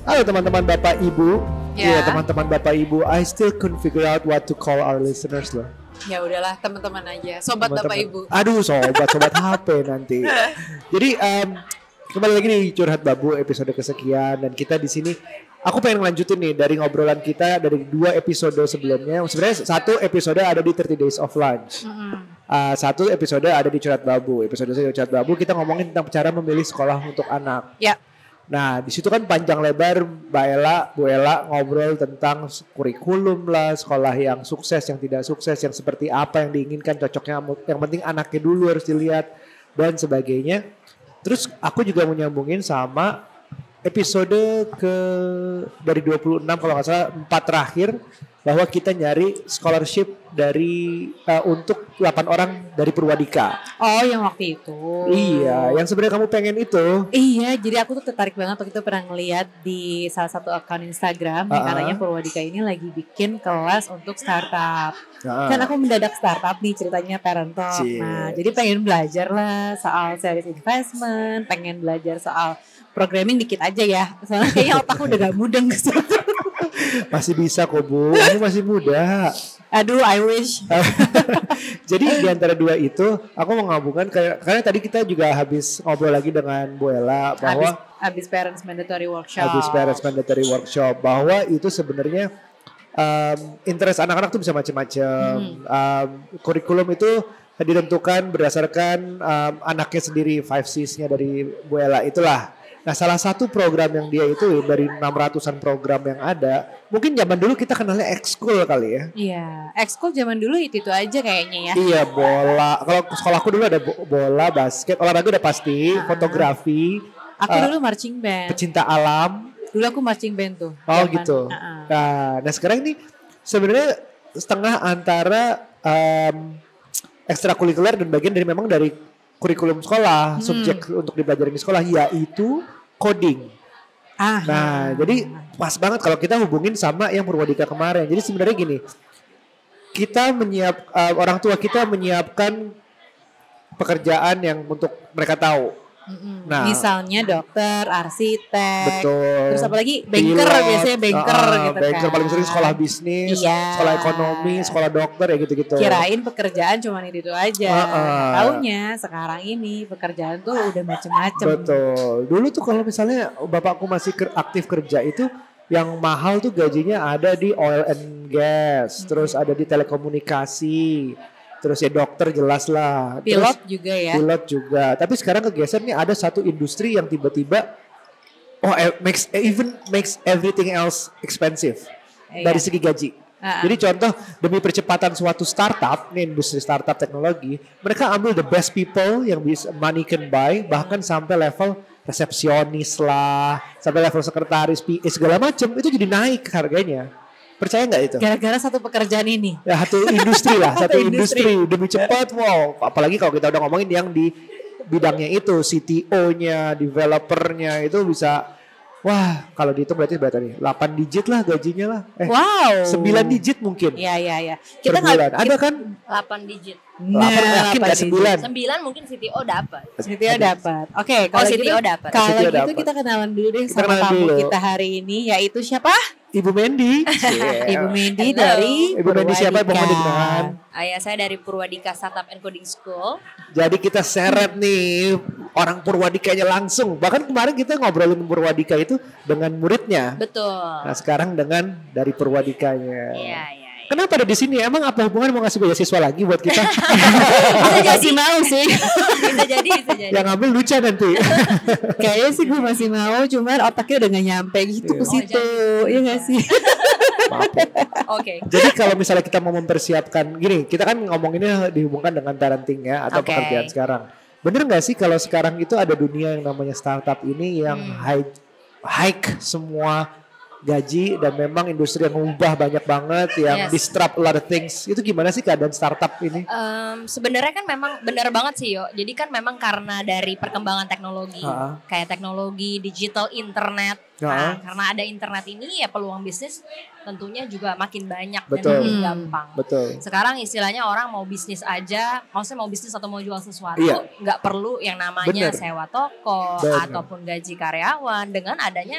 Halo teman-teman Bapak Ibu. Ya. Teman-teman Bapak Ibu, I still couldn't figure out what to call our listeners loh. Ya udahlah teman-teman aja, sobat Teman-teman. Bapak Ibu. Aduh, sobat HP nanti. Jadi kembali lagi di Curhat Babu episode kesekian, dan kita di sini aku pengen ngelanjutin nih dari ngobrolan kita dari 2 episode sebelumnya. Sebenarnya 1 episode ada di 30 Days of Lunch. 1 episode ada di Curhat Babu. Episode Curhat Babu kita ngomongin tentang cara memilih sekolah untuk anak. Ya. Nah, di situ kan panjang lebar Bu Ella ngobrol tentang kurikulum lah, sekolah yang sukses, yang tidak sukses, yang seperti apa yang diinginkan, cocoknya, yang penting anaknya dulu harus dilihat dan sebagainya. Terus aku juga menyambungin sama episode dari 26 kalau nggak salah 4 terakhir, bahwa kita nyari scholarship dari untuk 8 orang dari Purwadika. Oh, yang waktu itu. Iya, yang sebenarnya kamu pengen itu. Iya, jadi aku tuh tertarik banget waktu itu pernah ngeliat di salah satu akun Instagram yang katanya Purwadika ini lagi bikin kelas untuk startup. Kan aku mendadak startup nih ceritanya Parent Talk. Nah, jadi pengen belajar lah soal serious investment, pengen belajar soal programming dikit aja ya. Soalnya kayaknya otakku udah gak mudeng ke situ. Masih bisa kok Bu, ini masih muda. Aduh, I wish. Jadi di antara 2 itu aku menggabungkan karena tadi kita juga habis ngobrol lagi dengan Bu Ella bahwa habis Parents Mandatory Workshop. Bahwa itu sebenarnya interest anak-anak tuh bisa macam-macam. Kurikulum itu ditentukan berdasarkan anaknya sendiri, 5 C's-nya dari Bu Ella itulah. Nah, salah satu program yang dia itu dari 600-an program yang ada, mungkin zaman dulu kita kenalnya ekskul kali ya. Iya, ekskul zaman dulu itu aja kayaknya ya. Iya, bola. Kalau sekolahku dulu ada bola, basket, olahraga udah pasti, fotografi. Aku dulu marching band. Pecinta alam. Dulu aku marching band tuh. Oh zaman. Gitu. Nah, sekarang ini sebenarnya setengah antara ekstrakurikuler dan bagian dari memang dari kurikulum sekolah, subjek untuk dipelajari di sekolah, yaitu coding. Nah, jadi pas banget kalau kita hubungin sama yang Purwadika kemarin. Jadi sebenarnya gini, kita orang tua kita menyiapkan pekerjaan yang untuk mereka tahu. Nah, misalnya dokter, arsitek, betul. Terus apalagi banker, biasanya banker gitu banker kan. paling sering sekolah bisnis, sekolah ekonomi, sekolah dokter ya gitu-gitu. Kirain pekerjaan cuma itu aja. Taunya sekarang ini pekerjaan tuh udah macem-macem. Betul. Dulu tuh kalau misalnya bapakku masih aktif kerja itu, yang mahal tuh gajinya ada di oil and gas, terus ada di telekomunikasi. Terus ya dokter jelas lah. Pilot juga ya. Pilot juga. Tapi sekarang kegeser nih ada satu industri yang tiba-tiba makes everything else expensive dari segi gaji. Jadi contoh demi percepatan suatu startup, nih industri startup teknologi, mereka ambil the best people yang bisa money can buy, bahkan sampai level resepsionis lah, sampai level sekretaris, PA segala macam itu jadi naik harganya. Percaya nggak itu? Gara-gara satu pekerjaan ini. Ya satu industri lah, satu industri demi cepat. Wow, apalagi kalau kita udah ngomongin yang di bidangnya itu, CTO-nya, developernya itu bisa, wah kalau dihitung berarti nih 8 digit lah gajinya lah. Wow. 9 digit mungkin. Iya. Kita bulan. Ada kan? 8 digit. 8 yakin nggak 9? 9 mungkin CTO dapat. CTO dapat. Oke, kalau CTO dapat. Kalau gitu kita kenalan dulu deh sama tamu kita hari ini, yaitu siapa? Ibu Mendy. Ibu Mendy dari Ibu Mendy siapa? Mohon dikenalkan. Ayah saya dari Purwadika Startup and Coding School. Jadi kita seret nih orang Purwadikanya langsung. Bahkan kemarin kita ngobrolin Purwadika itu dengan muridnya. Betul. Nah sekarang dengan dari Purwadikanya. Iya. Kenapa ada di sini? Emang apa hubungan mau ngasih beasiswa lagi buat kita? Masih mau sih. Bisa jadi. Yang ngambil Luca nanti. Kayaknya sih gue masih mau, cuman otaknya udah gak nyampe gitu ke situ. Iya gak sih? Oke. Jadi kalau misalnya kita mau mempersiapkan, gini, kita kan ngomonginnya dihubungkan dengan parenting ya atau pekerjaan sekarang. Bener gak sih kalau sekarang itu ada dunia yang namanya startup ini yang hike semua gaji, dan memang industri yang mengubah banyak banget, yang disrupt a lot of things. Itu gimana sih keadaan startup ini? Sebenarnya kan memang benar banget sih yo. Jadi kan memang karena dari perkembangan teknologi, kayak teknologi digital, internet. Nah, karena ada internet ini ya peluang bisnis tentunya juga makin banyak dan makin gampang. Betul. Sekarang istilahnya orang mau bisnis aja, maksudnya mau bisnis atau mau jual sesuatu, nggak perlu yang namanya sewa toko ataupun gaji karyawan. Dengan adanya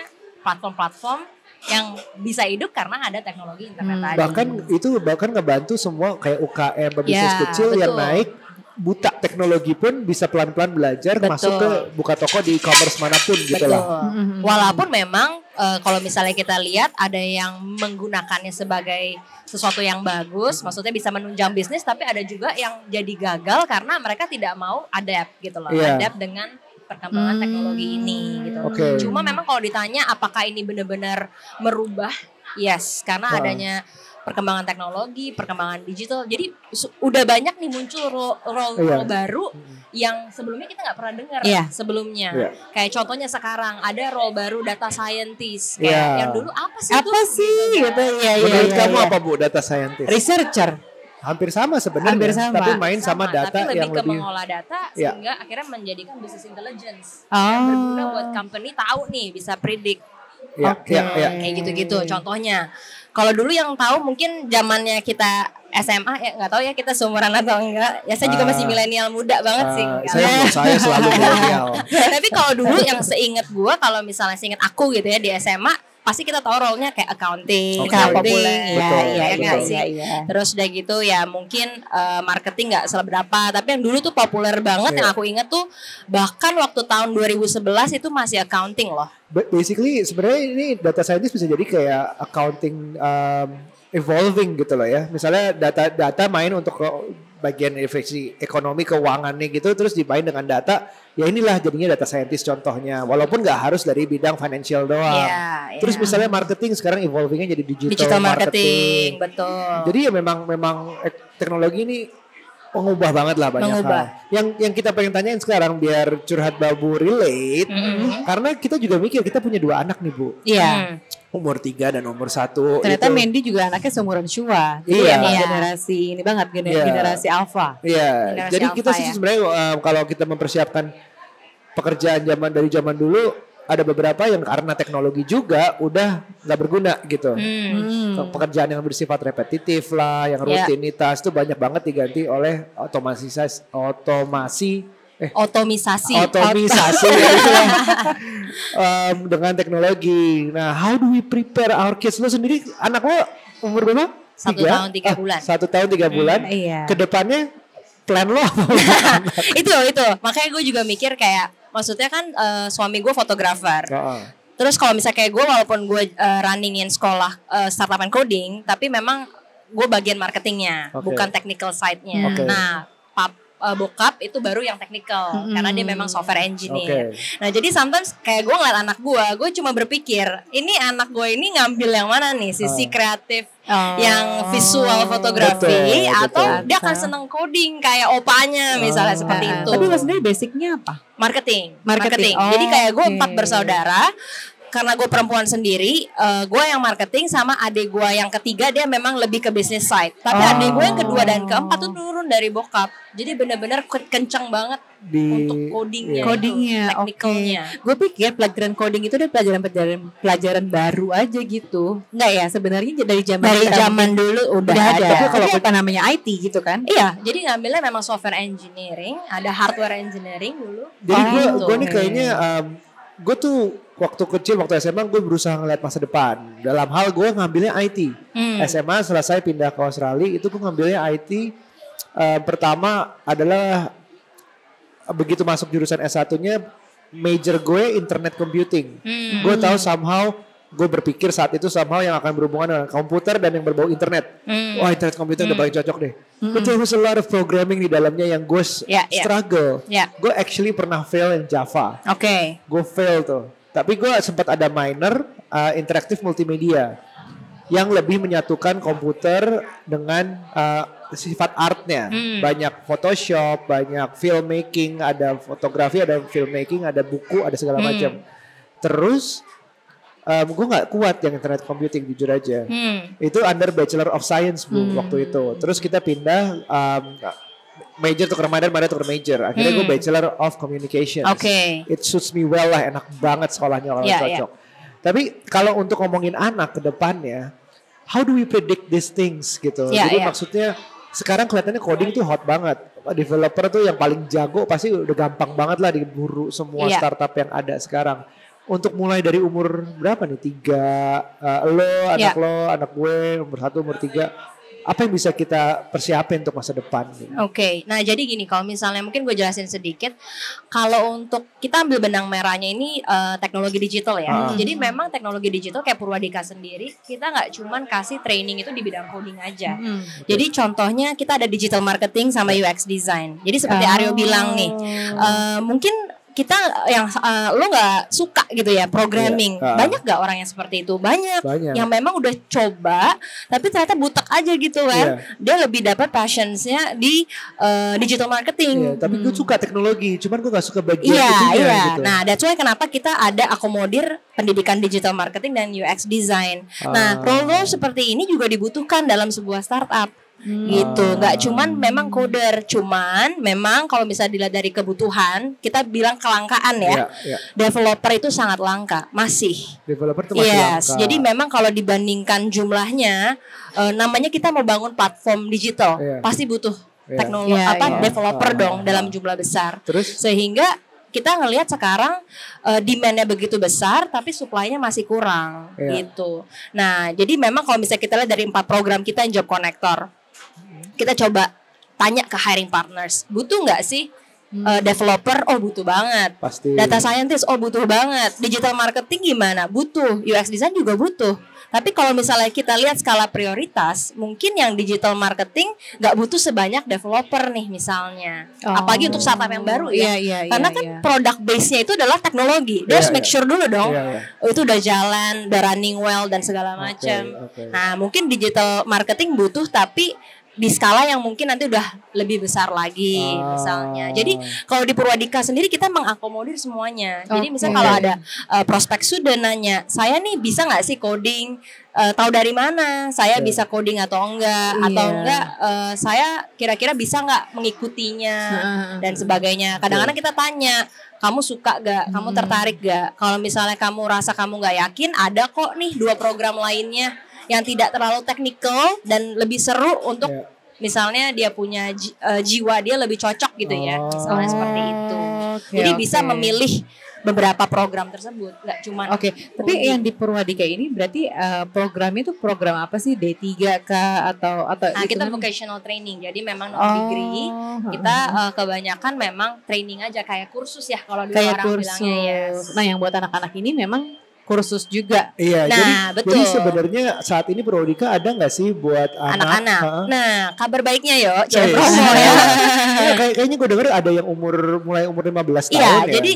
platform-platform yang bisa hidup karena ada teknologi internet tadi. Bahkan ngebantu semua kayak UKM bisnis kecil betul. Yang naik buta teknologi pun bisa pelan-pelan belajar masuk ke buka toko di e-commerce manapun gitu lah. Walaupun memang kalau misalnya kita lihat ada yang menggunakannya sebagai sesuatu yang bagus, maksudnya bisa menunjang bisnis, tapi ada juga yang jadi gagal karena mereka tidak mau adapt gitu loh, adapt dengan perkembangan teknologi ini gitu. Cuma memang kalau ditanya apakah ini benar-benar merubah, yes, karena adanya perkembangan teknologi, perkembangan digital. Jadi udah banyak nih muncul role baru yang sebelumnya kita nggak pernah dengar sebelumnya. Kayak contohnya sekarang ada role baru data scientist. Kayak yang dulu apa sih? Gitu. Menurut kamu apa Bu data scientist? Researcher. Hampir sama sebenarnya, tapi main sama data tapi yang lebih ke mengolah data sehingga akhirnya menjadikan business intelligence yang berguna buat company tahu nih bisa predict. Kayak gitu-gitu contohnya. Kalau dulu yang tahu mungkin zamannya kita SMA ya nggak tahu ya kita seumuran atau enggak. Ya saya juga masih milenial muda banget sih. Saya selalu milenial. Tapi kalau dulu yang seingat gue, kalau misalnya seingat aku gitu ya di SMA, pasti kita tahu role-nya kayak accounting, populer, Terus udah gitu ya mungkin marketing nggak seberapa, tapi yang dulu tuh populer banget yang aku ingat tuh bahkan waktu tahun 2011 itu masih accounting loh. Basically sebenarnya ini data scientist bisa jadi kayak accounting evolving gitu loh ya. Misalnya data main untuk bagian efisiensi ekonomi keuangannya gitu, terus dimain dengan data, ya inilah jadinya data scientist contohnya, walaupun nggak harus dari bidang financial doang. Terus misalnya marketing sekarang evolvingnya jadi digital marketing. Betul. Jadi ya memang teknologi ini mengubah banget lah banyak hal. Yang kita pengen tanyain sekarang biar curhat Babu relate, karena kita juga mikir kita punya 2 anak nih Bu. Iya. Umur 3 dan umur 1. Ternyata Mandy juga anaknya seumuran Shua. Jadi generasi ini banget, generasi alpha. Iya. Jadi kita sih sebenarnya kalau kita mempersiapkan pekerjaan dari zaman dulu, ada beberapa yang karena teknologi juga udah nggak berguna gitu. Pekerjaan yang bersifat repetitif lah, yang rutinitas itu banyak banget diganti oleh otomisasi dengan teknologi. Nah, how do we prepare our kids? Lo sendiri anak lo umur berapa? 1 tahun 3 bulan. 1 tahun 3 bulan. Kedepannya plan lo apa? itu makanya gue juga mikir kayak, maksudnya kan suami gue fotografer. Terus kalau misalnya kayak gue, walaupun gue runningin sekolah startup and coding, tapi memang gue bagian marketingnya, bukan technical side-nya. Nah, bokap itu baru yang technical, karena dia memang software engineer. Nah, jadi sometimes kayak gue ngeliat anak gue cuma berpikir, ini anak gue ini ngambil yang mana nih, sisi kreatif, yang visual fotografi, atau dia akan seneng coding kayak opanya misalnya seperti itu. Tapi lo sendiri basicnya apa? Marketing. Jadi kayak gue 4 bersaudara. Karena gue perempuan sendiri, gue yang marketing, sama adik gue yang ketiga dia memang lebih ke business side. Tapi adik gue yang kedua dan keempat tuh turun dari bokap. Jadi benar-benar kencang banget untuk codingnya, teknikalnya. Gue pikir pelajaran coding itu adalah pelajaran baru aja gitu. Enggak ya, sebenarnya dari zaman dulu udah ada. Tapi kalau apa namanya IT gitu kan? Iya, jadi ngambilnya memang software engineering, ada hardware engineering dulu. Jadi gue nih kayaknya gue tuh waktu kecil, waktu SMA gue berusaha ngeliat masa depan. Dalam hal gue ngambilnya IT. SMA selesai pindah ke Australia, itu gue ngambilnya IT. Pertama adalah begitu masuk jurusan S1-nya, major gue internet computing. Gue tahu somehow, gue berpikir saat itu somehow yang akan berhubungan dengan komputer dan yang berbau internet. Wah, internet computing udah paling cocok deh. But there was a lot of programming di dalamnya yang gue struggle. Gue actually pernah fail in Java. Gue fail tuh. Tapi gue sempat ada minor interaktif multimedia yang lebih menyatukan komputer dengan sifat artnya. Banyak Photoshop, banyak filmmaking, ada fotografi, ada filmmaking, ada buku, ada segala macam. Terus gue nggak kuat yang internet computing, jujur aja. Itu under Bachelor of Science Bu waktu itu. Terus kita pindah major tukar minor tukar major. Akhirnya gue Bachelor of Communications. It suits me well lah, enak banget sekolahnya kalau cocok. Tapi kalau untuk ngomongin anak ke depannya, how do we predict these things gitu. Jadi maksudnya sekarang kelihatannya coding tuh hot banget. Developer tuh yang paling jago pasti udah gampang banget lah diburu semua startup yang ada sekarang. untuk mulai dari umur berapa nih? 3, anak lo, anak gue, umur 1, umur 3. Apa yang bisa kita persiapin untuk masa depan? Oke, nah jadi gini, kalau misalnya mungkin gue jelasin sedikit, kalau untuk kita ambil benang merahnya ini teknologi digital ya. Jadi memang teknologi digital kayak Purwadika sendiri, kita nggak cuman kasih training itu di bidang coding aja. Jadi contohnya kita ada digital marketing sama UX design. Jadi seperti Aryo bilang nih, mungkin kita yang lo nggak suka gitu ya programming, banyak gak orang yang seperti itu? Banyak yang memang udah coba tapi ternyata butek aja gitu kan. Dia lebih dapat passion-nya di digital marketing. Tapi gue suka teknologi, cuman gue gak suka bagian itunya gitu. Nah that's why kenapa kita ada akomodir pendidikan digital marketing dan UX design. Nah role seperti ini juga dibutuhkan dalam sebuah startup. Gitu, nggak cuman memang coder, cuman memang kalau bisa dilihat dari kebutuhan, kita bilang kelangkaan ya. Developer itu sangat langka, masih. Developer itu masih langka. Jadi memang kalau dibandingkan jumlahnya, namanya kita mau bangun platform digital, pasti butuh teknologi developer dong dalam jumlah besar. Terus? Sehingga kita ngelihat sekarang demand-nya begitu besar tapi supply-nya masih kurang gitu. Nah, jadi memang kalau misalnya kita lihat dari 4 program kita yang Job Connector, kita coba tanya ke hiring partners, butuh nggak sih developer? Oh butuh banget. Pasti. Data scientist, oh butuh banget. Digital marketing gimana? Butuh. UX design juga butuh. Tapi kalau misalnya kita lihat skala prioritas, mungkin yang digital marketing nggak butuh sebanyak developer nih misalnya. Apalagi untuk startup yang baru ya. Karena kan product base-nya itu adalah teknologi. Dia harus make sure dulu dong. Itu udah jalan, udah running well dan segala macam. Nah mungkin digital marketing butuh tapi di skala yang mungkin nanti udah lebih besar lagi misalnya. Jadi kalau di Purwadika sendiri kita mengakomodir semuanya. Jadi misalnya kalau ada prospek sudah nanya, saya nih bisa nggak sih coding? Tahu dari mana saya bisa coding atau enggak? Atau enggak saya kira-kira bisa nggak mengikutinya dan sebagainya. Kadang-kadang kita tanya, kamu suka gak? Kamu tertarik gak? Kalau misalnya kamu rasa kamu gak yakin, ada kok nih 2 program lainnya yang tidak terlalu teknikal dan lebih seru untuk misalnya dia punya jiwa dia lebih cocok gitu ya. Misalnya seperti itu. Jadi bisa memilih beberapa program tersebut, nggak cuma. Tapi yang di Purwadika ini berarti programnya itu program apa sih? D3 kah atau nah, kita vocational training. Jadi memang non degree. Kita kebanyakan memang training aja kayak kursus ya kalau di orang bilangnya. Nah, yang buat anak-anak ini memang kursus juga. Iya, jadi sebenarnya saat ini Purwadika ada nggak sih buat anak-anak? Nah, kabar baiknya yo, promo ya. Kayaknya gue denger ada yang mulai umur 15 tahun ya. Iya, jadi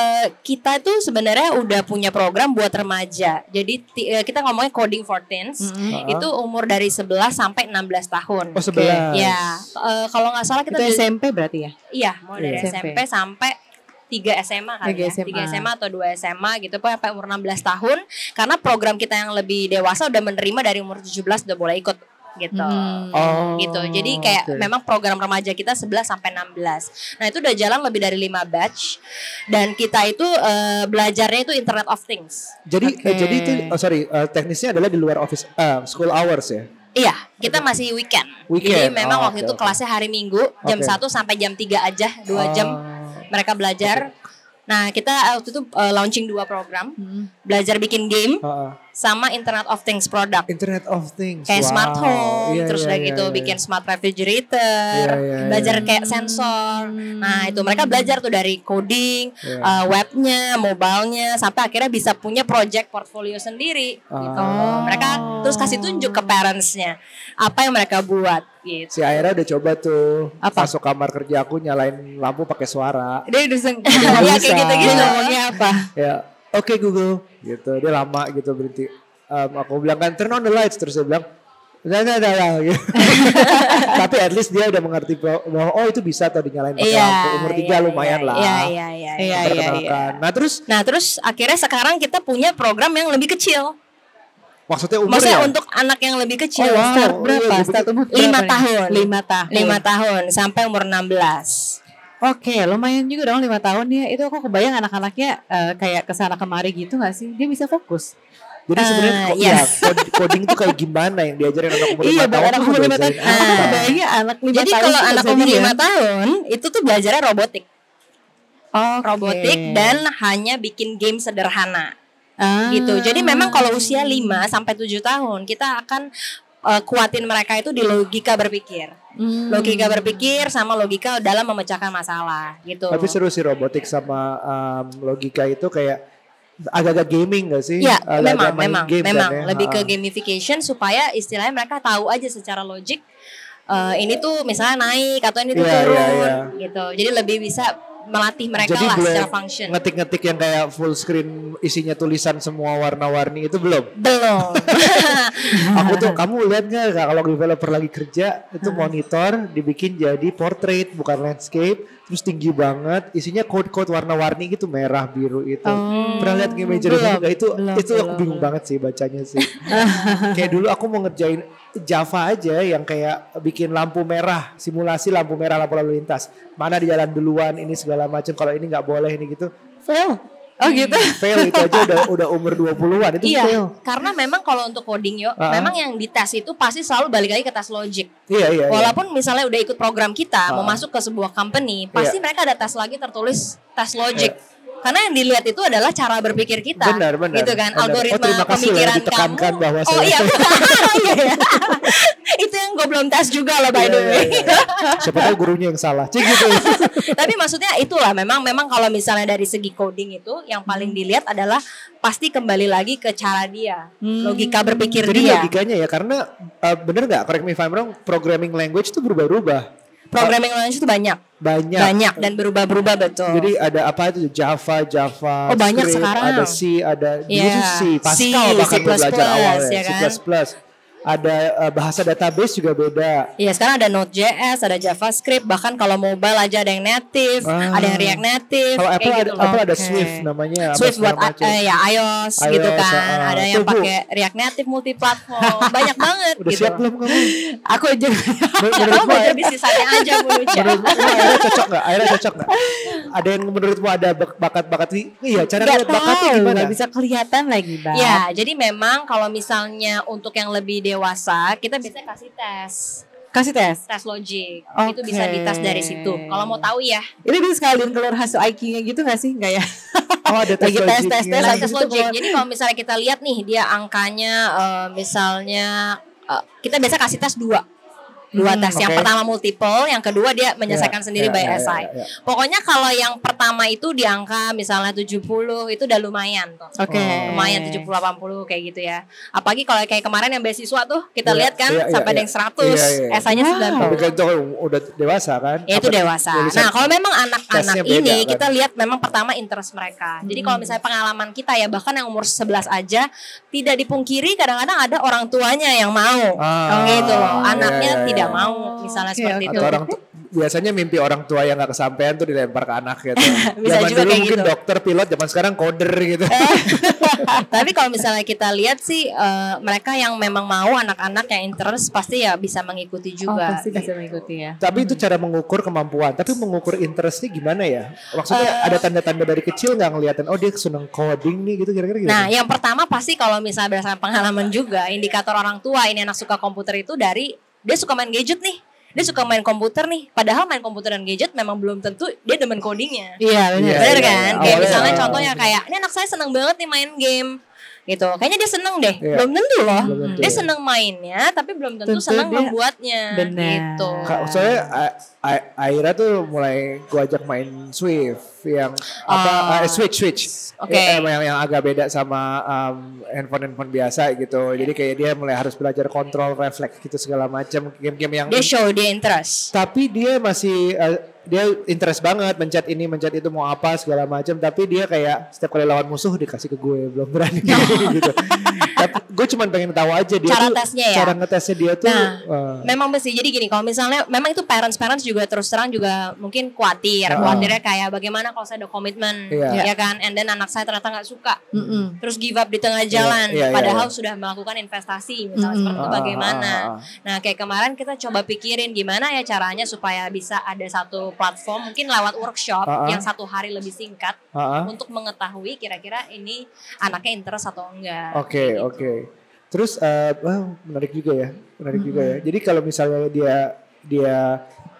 kita tuh sebenarnya udah punya program buat remaja. Jadi kita ngomongnya coding for teens. Itu umur dari 11 sampai 16 tahun. Oh, 11. Ya, kalau nggak salah kita itu SMP berarti ya? Iya, mulai dari SMP sampai 3 SMA kali ya, 3 SMA atau 2 SMA gitu, sampai umur 16 tahun. Karena program kita yang lebih dewasa udah menerima dari umur 17 udah boleh ikut gitu. Gitu. Jadi kayak memang program remaja kita 11 sampai 16. Nah, itu udah jalan lebih dari 5 batch dan kita itu belajarnya itu Internet of Things. Jadi itu teknisnya adalah di luar office school hours ya. Iya, kita masih weekend. Jadi memang waktu itu kelasnya hari Minggu jam 1 sampai jam 3 aja, 2 jam. Mereka belajar. Nah, kita waktu itu launching 2 program. Belajar bikin game sama Internet of Things product. Internet of Things. Kayak smart home, terus udah gitu bikin smart refrigerator, belajar kayak sensor. Nah, itu mereka belajar tuh dari coding, webnya, mobilenya, sampai akhirnya bisa punya project portfolio sendiri gitu. Mereka terus kasih tunjuk ke parentsnya apa yang mereka buat gitu. Si Aira udah coba tuh masuk kamar kerja aku nyalain lampu pakai suara. Dia udah kayak gitu-gitu. Ngomongnya apa? Ya, oke Google gitu. Dia lama gitu berhenti. Aku bilang kan turn on the lights, terus dia bilang nah gitu. Tapi at least dia udah mengerti bahwa itu bisa atau dinyalain pakai lampu. Umur 3 lumayan lah. Iya. Nah terus akhirnya sekarang kita punya program yang lebih kecil. Maksudnya untuk anak yang lebih kecil. Start berapa? Start umur 5 tahun. 5 tahun sampai umur 16. Oke, lumayan juga dong 5 tahun ya. Itu aku kebayang anak-anaknya kayak kesana kemari gitu gak sih? Dia bisa fokus. Jadi sebenarnya coding itu kayak gimana yang diajarin anak umur 5 tahun? Anak umur 5 tahun. Kebayangnya anak 5 tahun. Jadi kalau anak umur 5 tahun itu tuh belajarnya robotik. robotik dan hanya bikin game sederhana. Gitu. Jadi memang kalau usia 5 sampai 7 tahun kita akan kuatin mereka itu di logika berpikir. Logika berpikir sama logika dalam memecahkan masalah gitu. Tapi seru sih robotik sama logika itu kayak agak-agak gaming gak sih? Ya, memang lebih ke ya. gamification supaya istilahnya mereka tahu aja secara logik ini tuh misalnya naik atau ini tuh turun gitu. Jadi lebih bisa melatih mereka lah secara function. Ngetik-ngetik yang kayak full screen isinya tulisan semua warna-warni itu belum. Kamu lihat nggak kalau developer lagi kerja itu monitor dibikin jadi portrait bukan landscape, terus tinggi banget, isinya code-code warna-warni gitu merah biru itu. Pernah lihat imagery juga itu aku bingung banget sih bacanya sih. Kayak dulu aku mau ngerjain Java aja yang kayak bikin lampu merah, simulasi lampu merah lampu lalu lintas. Mana di jalan duluan ini segala macam, kalau ini nggak boleh ini gitu. Fail. Oh gitu. Fail itu aja udah umur 20-an itu fail. Karena memang kalau untuk coding memang yang dites itu pasti selalu balik lagi ke tes logic. Iya. Walaupun misalnya udah ikut program kita mau masuk ke sebuah company, pasti mereka ada tes lagi tertulis tes logic. Karena yang dilihat itu adalah cara berpikir kita. Benar. Gitu kan, algoritma terima kasih pemikiran ditekankan kamu. Bahwa iya. Itu yang gue belum tes juga loh by the way. Siapa tahu gurunya yang salah. Cik gitu. Tapi maksudnya itulah memang kalau misalnya dari segi coding itu yang paling dilihat adalah pasti kembali lagi ke cara dia, logika berpikir Jadi dia. Jadi logikanya ya karena bener nggak? Correct me if I'm wrong. Programming language itu berubah-ubah. Programming language itu banyak dan berubah-berubah betul. Jadi ada apa itu Java, banyak script, sekarang. ada C, ada C, Pascal bahkan belajar awal ya, kan? C++. Ada bahasa database juga beda. Iya, sekarang ada Node.js, ada JavaScript, bahkan kalau mobile aja ada yang native, ada yang React native. Kalau Apple gitu ada Swift namanya. Swift buat iOS gitu kan. Ada yang pakai React Native multiplatform. Banyak banget udah gitu. Siap belum kamu? Aku aja. Kamu belajar bisnisnya aja Bu Lucia. Akhirnya cocok nggak? Ada yang menurutmu ada bakat-bakat sih? Iya, cara lihat bakatnya gimana? Gak bisa kelihatan lagi, Bang. Ya, jadi memang kalau misalnya untuk yang lebih dewasa, kita biasanya kasih tes logic. Itu bisa dites dari situ. Kalau mau tahu ya. Ini bisa sekalian keluar hasil IQ-nya gitu gak sih? Enggak ya? Oh, ada tes tes logic. Jadi kalau misalnya kita lihat nih dia angkanya misalnya kita biasa kasih tes dua tes. Yang pertama multiple, yang kedua dia menyelesaikan sendiri by SI. Pokoknya kalau yang pertama itu di angka misalnya 70 itu udah lumayan tuh. Lumayan 70-80 kayak gitu ya. Apalagi kalau kayak kemarin yang beasiswa tuh kita lihat kan sampai ada yang 100, SI-nya 90. Tapi kan itu udah dewasa kan? Ya itu dewasa. Nah, kalau memang anak-anak ini kita lihat memang pertama interest mereka. Jadi kalau misalnya pengalaman kita ya bahkan yang umur 11 aja tidak dipungkiri kadang-kadang ada orang tuanya yang mau. Gitu loh. Anaknya tidak mau misalnya seperti itu. Atau biasanya mimpi orang tua yang gak kesampaian tuh dilempar ke anak gitu. Bisa zaman juga dulu kayak mungkin gitu. Dokter, pilot, zaman sekarang coder gitu. Tapi kalau misalnya kita lihat sih mereka yang memang mau anak-anak yang interest pasti ya bisa mengikuti juga. Pasti bisa mengikuti ya. Tapi itu cara mengukur kemampuan. Tapi mengukur interestnya gimana ya? Maksudnya ada tanda-tanda dari kecil gak ngeliatin dia seneng coding nih gitu kira-kira gitu. Nah yang pertama pasti kalau misalnya berdasarkan pengalaman juga indikator orang tua ini anak suka komputer itu dari dia suka main gadget nih. Dia suka main komputer nih. Padahal main komputer dan gadget memang belum tentu dia demen codingnya. Iya benar. Benar kan? Kayak misalnya contohnya kayak ini anak saya seneng banget nih main game. Gitu. Kayaknya dia seneng deh. Belum tentu loh. Dia seneng mainnya tapi belum tentu seneng membuatnya. Benar. Gitu. Soalnya Aira tuh mulai gua ajak main Swift yang Switch. Yang agak beda sama handphone biasa gitu. Jadi kayak dia mulai harus belajar kontrol refleks gitu segala macam game-game yang dia show dia interest. Tapi dia masih dia interest banget mencet ini mencet itu mau apa segala macam tapi dia kayak setiap kali lawan musuh dikasih ke gue belum berani gitu. Tapi gue cuma pengen tahu aja dia cara tuh tesnya ya. Cara ngetesnya dia tuh memang mesti jadi gini kalau misalnya memang itu parents juga terus terang juga mungkin khawatirnya kayak bagaimana kalau saya ada komitmen ya kan and then anak saya ternyata nggak suka terus give up di tengah jalan padahal sudah melakukan investasi misalnya seperti itu bagaimana. Nah kayak kemarin kita coba pikirin gimana ya caranya supaya bisa ada satu platform mungkin lewat workshop yang 1 hari lebih singkat untuk mengetahui kira-kira ini anaknya interest atau enggak. Oke. Terus menarik juga ya. Jadi kalau misalnya dia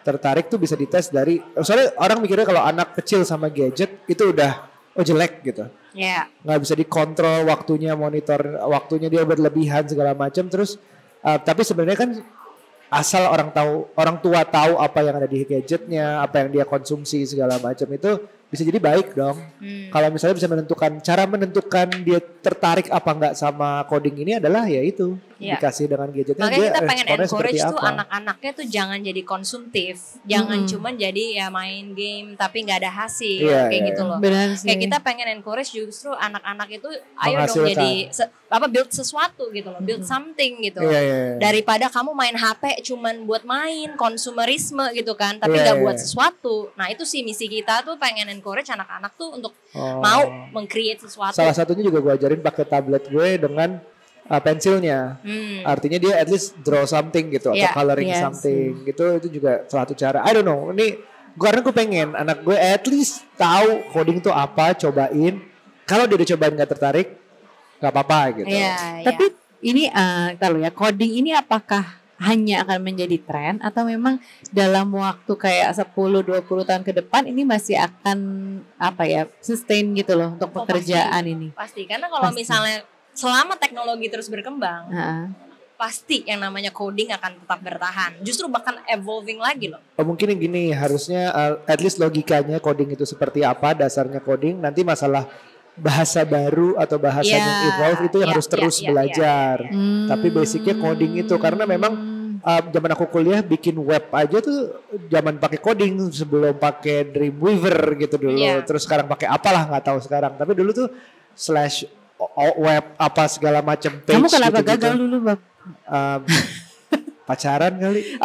tertarik tuh bisa dites dari, soalnya orang mikirnya kalau anak kecil sama gadget itu udah jelek gitu. Nggak bisa dikontrol waktunya, monitor waktunya, dia berlebihan segala macam. Terus tapi sebenarnya kan asal orang tua tahu apa yang ada di gadgetnya, apa yang dia konsumsi segala macam, itu bisa jadi baik dong. Kalau misalnya bisa cara menentukan dia tertarik apa enggak sama coding ini adalah ya itu dikasih dengan gadgetnya. Makanya kita pengen encourage tuh anak-anaknya tuh jangan jadi konsumtif, jangan cuman jadi ya main game tapi nggak ada hasil kayak gitu loh. Kayak kita pengen encourage justru anak-anak itu ayo dong jadi build sesuatu gitu loh, build something gitu. Daripada kamu main HP cuman buat main konsumerisme gitu kan, tapi nggak buat sesuatu. Nah itu sih misi kita tuh, pengen encourage anak-anak tuh untuk mau meng-create sesuatu. Salah satunya juga gue ajarin pakai tablet gue dengan pensilnya. Artinya dia at least draw something gitu atau coloring something gitu. Itu juga salah satu cara. I don't know. Ini karena gue pengen anak gue at least tahu coding tuh apa, cobain. Kalau dia udah cobain gak tertarik, gak apa-apa gitu. Tapi ini kalau ya coding ini apakah hanya akan menjadi tren atau memang dalam waktu kayak 10-20 tahun ke depan ini masih akan sustain gitu loh untuk pekerjaan ini? Pasti, karena kalau misalnya selama teknologi terus berkembang, pasti yang namanya coding akan tetap bertahan. Justru bahkan evolving lagi loh. Mungkin yang gini, harusnya at least logikanya coding itu seperti apa, dasarnya coding, nanti masalah bahasa baru atau bahasa yang evolve itu yang harus terus belajar. Tapi basicnya coding itu, karena memang zaman aku kuliah bikin web aja tuh zaman pakai coding, sebelum pakai Dreamweaver gitu dulu. Terus sekarang pakai apalah nggak tahu sekarang. Tapi dulu tuh /web apa segala macam page. Kamu kenapa gagal dulu, Bab? Pacaran kali.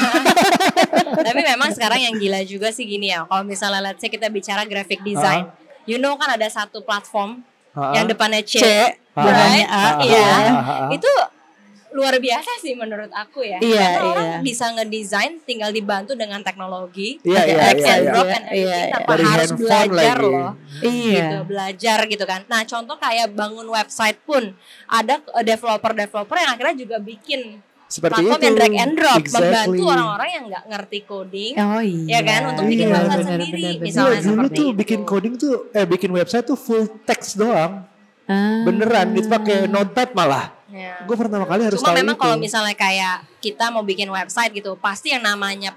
Tapi memang sekarang yang gila juga sih gini ya. Kalau misalnya let's say kita bicara graphic design, kan ada satu platform yang depannya C, right? Itu luar biasa sih menurut aku ya. Karena orang bisa ngedesain tinggal dibantu dengan teknologi, drag and drop and everything, tanpa harus belajar loh. Gitu, belajar gitu kan. Nah contoh kayak bangun website pun ada developer yang akhirnya juga bikin seperti platform itu, yang drag and drop, membantu orang-orang yang nggak ngerti coding, ya kan, untuk bikin website sendiri. Misalnya dulu seperti tuh itu. bikin coding tuh, bikin website tuh full text doang, beneran, itu pakai notepad malah. Gue pertama kali harus tahu itu. Cuma memang kalau misalnya kayak kita mau bikin website gitu, pasti yang namanya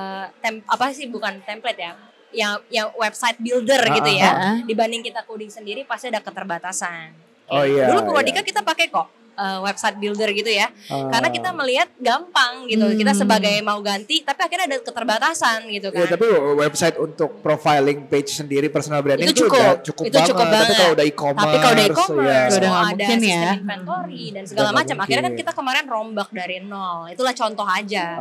bukan template ya, yang website builder gitu ya, dibanding kita coding sendiri pasti ada keterbatasan. Dulu Purwadika kita pakai kok website builder gitu ya, karena kita melihat gampang gitu, kita sebagai mau ganti tapi akhirnya ada keterbatasan gitu kan. Tapi website untuk profiling page sendiri, personal branding itu cukup banget. Tapi kalau udah e-commerce, udah mau ada sistem inventory dan segala macam, akhirnya kan kita kemarin rombak dari nol. Itulah contoh aja.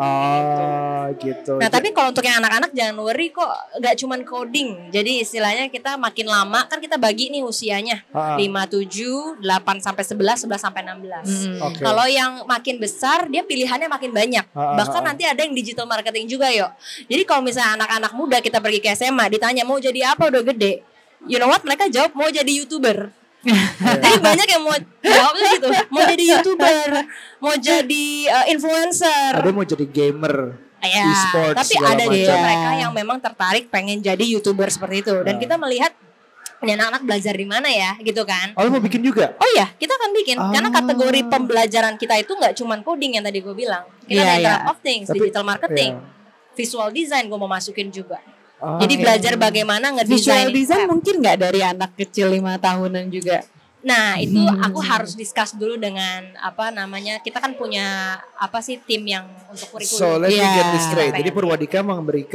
Gitu. Nah tapi kalau untuk yang anak-anak jangan worry kok, gak cuman coding. Jadi istilahnya kita makin lama kan kita bagi nih usianya 5, 7, 8 sampai 11, 11 sampai 16. Kalau yang makin besar dia pilihannya makin banyak. Bahkan nanti ada yang digital marketing juga Jadi kalau misalnya anak-anak muda kita pergi ke SMA ditanya mau jadi apa udah gede, you know what, mereka jawab mau jadi YouTuber. Jadi banyak yang mau jawab gitu, mau jadi YouTuber, mau jadi influencer, ada mau jadi gamer, e-sports. Tapi ada juga mereka yang memang tertarik pengen jadi YouTuber seperti itu. Dan kita melihat ini anak-anak belajar di mana ya gitu kan. Mau bikin juga? Oh iya, kita akan bikin. Karena kategori pembelajaran kita itu gak cuma coding yang tadi gue bilang. Kita ada Internet of Things, digital marketing, visual design gue mau masukin juga. Jadi belajar bagaimana ngedesain. Visual design mungkin gak dari anak kecil 5 tahunan juga? Nah itu aku harus discuss dulu dengan kita kan punya tim yang untuk kurikulum. So let me get this straight. Jadi Purwadika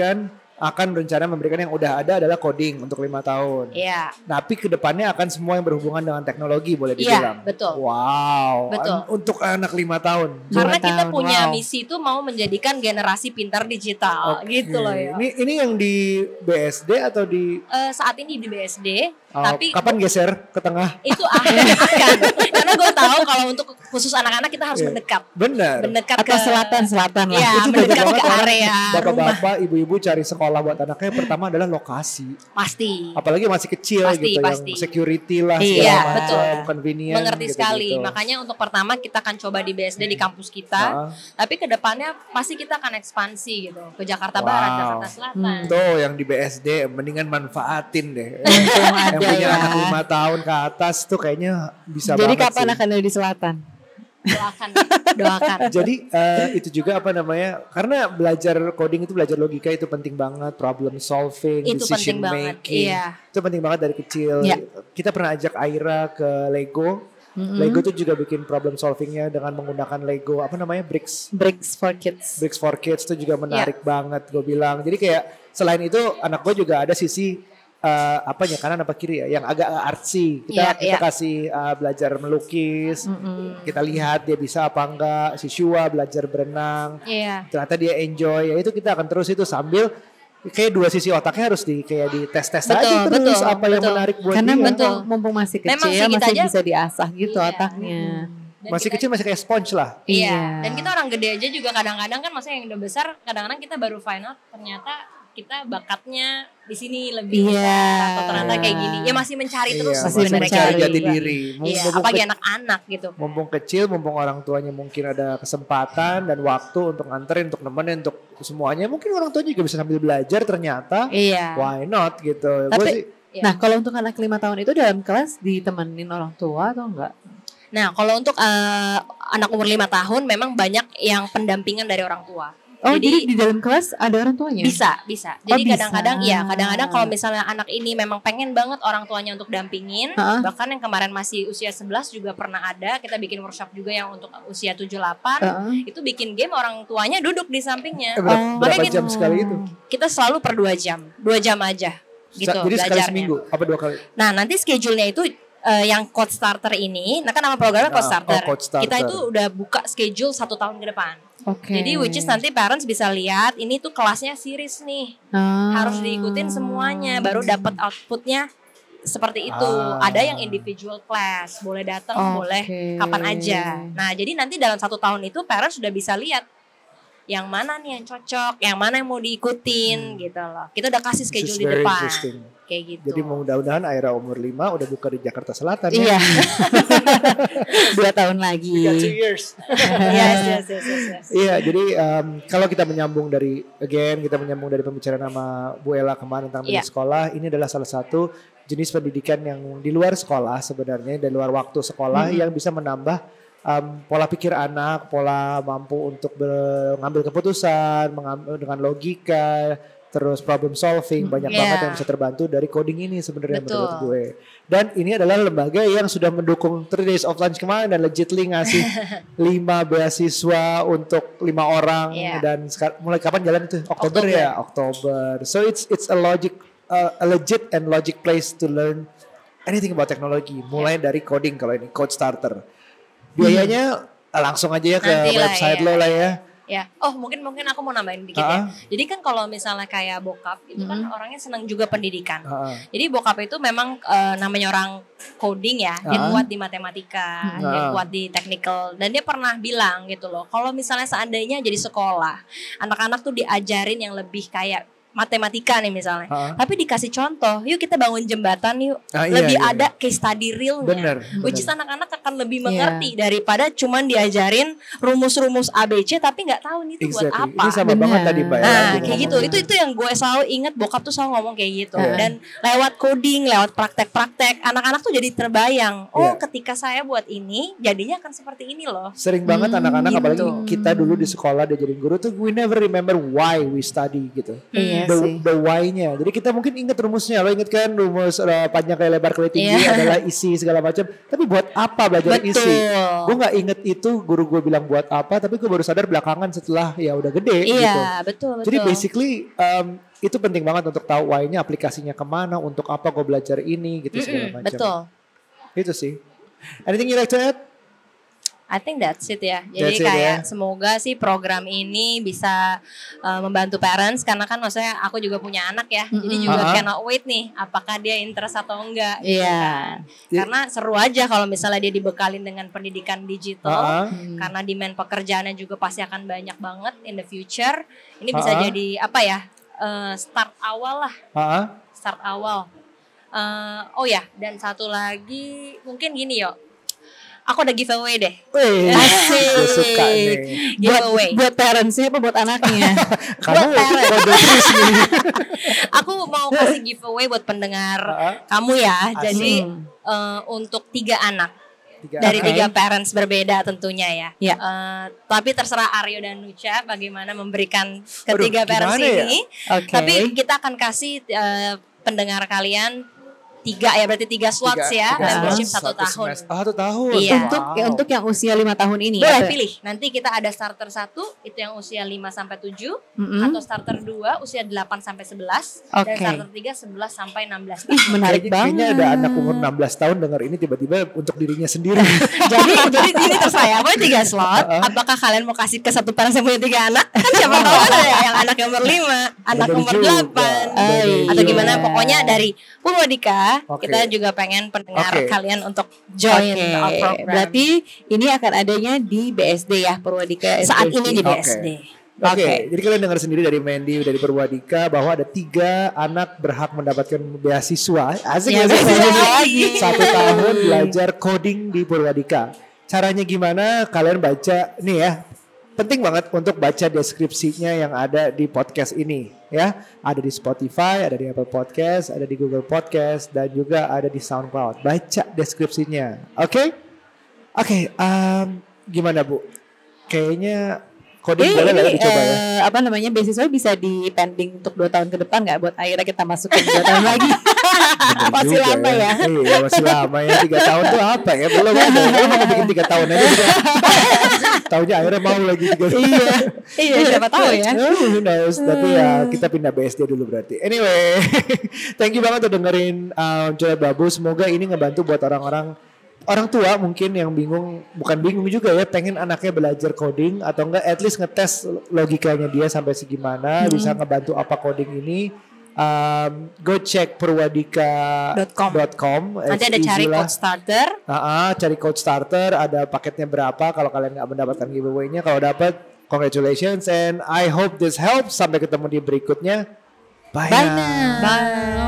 akan berencana memberikan yang udah ada adalah coding untuk 5 tahun. Tapi kedepannya akan semua yang berhubungan dengan teknologi boleh dibilang. Betul. Wow. Betul. Untuk anak 5 tahun. Karena kita punya misi itu mau menjadikan generasi pintar digital, gitu loh ya. Ini yang di BSD atau di? Saat ini di BSD. Tapi kapan geser ke tengah? Itu akan. Karena gue tahu kalau untuk khusus anak-anak kita harus mendekat. Benar. Mendekat ke selatan lah. Iya, mendekat ke area. Bapak-bapak, ibu-ibu cari sekolah sekolah buat anaknya pertama adalah lokasi. Pasti. Apalagi masih kecil gitu, pasti. yang security lah segala macam, betul. Convenient. Mengerti gitu, sekali. gitu. Makanya untuk pertama kita akan coba di BSD di kampus kita. Tapi kedepannya pasti kita akan ekspansi gitu ke Jakarta Barat, Jakarta Selatan. Tuh yang di BSD mendingan manfaatin deh. Yang punya anak 5 tahun ke atas tuh kayaknya bisa Jadi banget sih. kapan akan ada di selatan? Doakan. Jadi itu juga apa namanya, karena belajar coding itu, belajar logika itu penting banget, problem solving, itu decision penting making, itu penting banget dari kecil. Kita pernah ajak Aira ke Lego. Lego tuh juga bikin problem solvingnya dengan menggunakan Lego apa namanya, bricks for Kids. Bricks for Kids tuh juga menarik banget gue bilang. Jadi kayak selain itu anak gue juga ada sisi apanya, kanan apa kiri ya, yang agak artsy. Kita kasih belajar melukis. Kita lihat dia bisa apa enggak. Si Shua belajar berenang. Ternyata dia enjoy. Ya itu kita akan terus itu sambil kayak dua sisi otaknya harus kayak dites-tes aja terus apa yang menarik buat karena dia. Mumpung masih kecil masih aja, bisa diasah gitu otaknya. Dan masih kecil masih kayak sponge lah. Iya. Dan kita orang gede aja juga kadang-kadang kan, maksudnya yang udah besar kadang-kadang kita baru find out ternyata kita bakatnya di sini lebih atau ternyata kayak gini. Ya masih mencari terus. Masih mencari jati diri. Apalagi anak-anak gitu. Mumpung kecil, mumpung orang tuanya mungkin ada kesempatan dan waktu untuk nganterin, untuk nemenin, untuk semuanya. Mungkin orang tua juga bisa sambil belajar ternyata. Why not gitu. Tapi, nah kalau untuk anak 5 tahun itu dalam kelas ditemenin orang tua atau enggak? Nah kalau untuk anak umur 5 tahun memang banyak yang pendampingan dari orang tua. Jadi di dalam kelas ada orang tuanya? Bisa. Jadi kadang-kadang kalau misalnya anak ini memang pengen banget orang tuanya untuk dampingin, bahkan yang kemarin masih usia 11 juga pernah ada, kita bikin workshop juga yang untuk usia 7-8, itu bikin game orang tuanya duduk di sampingnya. Berapa jam sekali itu? Kita selalu per 2 jam, 2 jam aja gitu. Jadi sekali seminggu, apa 2 kali? Nah nanti schedule-nya itu yang Code Starter ini, nah kan nama programnya Code Starter. Kita itu udah buka schedule 1 tahun ke depan. Jadi which is nanti parents bisa lihat ini tuh kelasnya series nih, harus diikutin semuanya baru dapat outputnya seperti itu. Ada yang individual class, boleh datang boleh kapan aja. Nah jadi nanti dalam 1 tahun itu parents sudah bisa lihat yang mana nih yang cocok, yang mana yang mau diikutin gitu loh. Kita udah kasih schedule di depan. Kayak gitu. Jadi mudah-mudahan Aira umur 5 udah buka di Jakarta Selatan ya. 2 tahun lagi. 2 years. Yes. Iya, jadi kalau kita menyambung dari pembicaraan sama Bu Ella kemarin tentang di sekolah, ini adalah salah satu jenis pendidikan yang di luar sekolah sebenarnya, di luar waktu sekolah yang bisa menambah pola pikir anak, pola mampu untuk mengambil keputusan, dengan logika, terus problem solving, banyak banget yang bisa terbantu dari coding ini sebenarnya menurut gue. Dan ini adalah lembaga yang sudah mendukung 3 Days of Lunch kemarin dan legitly ngasih 5 beasiswa untuk 5 orang dan mulai kapan jalan itu? Oktober. So it's a legit and logic place to learn anything about technology, mulai dari coding kalau ini Code Starter. Biayanya langsung aja ya ke website lo lah ya. Ya, mungkin aku mau nambahin dikit ya. Jadi kan kalau misalnya kayak bokap itu kan orangnya senang juga pendidikan. Jadi bokap itu memang namanya orang coding ya, dia kuat di matematika, dia kuat di technical, dan dia pernah bilang gitu loh, kalau misalnya seandainya jadi sekolah, anak-anak tuh diajarin yang lebih kayak matematika nih misalnya, tapi dikasih contoh, yuk kita bangun jembatan yuk, lebih ada case study realnya, which is anak-anak akan lebih mengerti daripada cuman diajarin rumus-rumus ABC tapi nggak tahu nih itu buat apa. Ini sama banget tadi Mbak. Nah kayak gitu, itu yang gue selalu ingat, bokap tuh selalu ngomong kayak gitu, dan lewat coding, lewat praktek-praktek, anak-anak tuh jadi terbayang, ketika saya buat ini, jadinya akan seperti ini loh. Sering banget anak-anak, apalagi kita dulu di sekolah diajarin guru tuh, we never remember why we study gitu. The why-nya. Jadi kita mungkin ingat rumusnya. Lo inget kan rumus panjang kayak lebar kali tinggi adalah isi segala macam. Tapi buat apa belajar isi? Gue gak inget itu guru gue bilang buat apa. Tapi gue baru sadar belakangan setelah ya udah gede gitu. Betul. Jadi basically itu penting banget untuk tahu why-nya, aplikasinya kemana, untuk apa gue belajar ini gitu segala macam. Betul. Itu sih. Anything you like to add? I think that's it ya. Jadi semoga sih program ini bisa membantu parents, karena kan maksudnya aku juga punya anak ya. Jadi juga cannot wait nih apakah dia interest atau enggak. Karena seru aja kalau misalnya dia dibekalin dengan pendidikan digital, karena demand pekerjaannya juga pasti akan banyak banget in the future. Ini bisa jadi apa ya? start awal lah. Start awal. Oh ya, dan satu lagi mungkin gini yo. Aku ada giveaway deh. Asik. Suka nih. Giveaway. Buat parentsnya apa buat anaknya? Kamu kode terus nih. Aku mau kasih giveaway buat pendengar kamu ya. Asik. Jadi untuk 3 anak. Dari 3 parents berbeda tentunya ya. Tapi terserah Aryo dan Nucha bagaimana memberikan ketiga parents ini. Okay. Tapi kita akan kasih pendengar kalian 3 ya, berarti 3 slots ya, membership 1 tahun. 1 tahun. Iya. Untuk yang usia 5 tahun ini. Boleh pilih. Nanti kita ada starter 1 itu yang usia 5 sampai 7, atau starter 2 usia 8 sampai 11, dan starter 3 11 sampai 16 tahun. Menarik banget. Kayaknya ada anak umur 16 tahun dengar ini tiba-tiba untuk dirinya sendiri. jadi ini terserah ya, boleh 3 slot. Apakah kalian mau kasih ke satu parents yang punya 3 anak? Kan siapa tahu ada yang anak yang umur 5, anak umur 8, atau gimana, pokoknya dari Purwadika. Kita juga pengen pendengar kalian untuk join our program. Berarti ini akan adanya di BSD ya, Purwadika. Saat ini di BSD. Jadi kalian dengar sendiri dari Mandy, dari Purwadika bahwa ada 3 anak berhak mendapatkan beasiswa. Asik ya, 1 tahun belajar coding di Purwadika. Caranya gimana? Kalian baca nih ya. Penting banget untuk baca deskripsinya yang ada di podcast ini ya. Ada di Spotify, ada di Apple Podcast, ada di Google Podcast, dan juga ada di SoundCloud. Baca deskripsinya. Oke? Gimana Bu? Kayaknya coding boleh lah dicoba ya. Beasiswa bisa di pending untuk 2 tahun ke depan nggak, buat akhirnya kita masukin 2 tahun lagi. Masih lama ya. Iya, masih lama ya. 3 tahun tuh apa ya? Belum ada. Kalau mau bikin 3 tahun aja juga. Taunya akhirnya mau lagi 3 tahun. Iya, siapa tahu ya. Who knows. Tapi ya kita pindah BSD dulu berarti. Anyway, thank you banget udah dengerin Joy Babu. Semoga ini ngebantu buat orang tua mungkin yang bukan bingung juga ya, pengen anaknya belajar coding atau enggak at least ngetes logikanya dia sampai segimana, bisa ngebantu apa coding ini. Go check purwadika.com. Nanti ada cari code starter. Cari code starter, ada paketnya berapa kalau kalian nggak mendapatkan giveaway-nya. Kalau dapat, congratulations and I hope this helps. Sampai ketemu di berikutnya. Bye. Bye.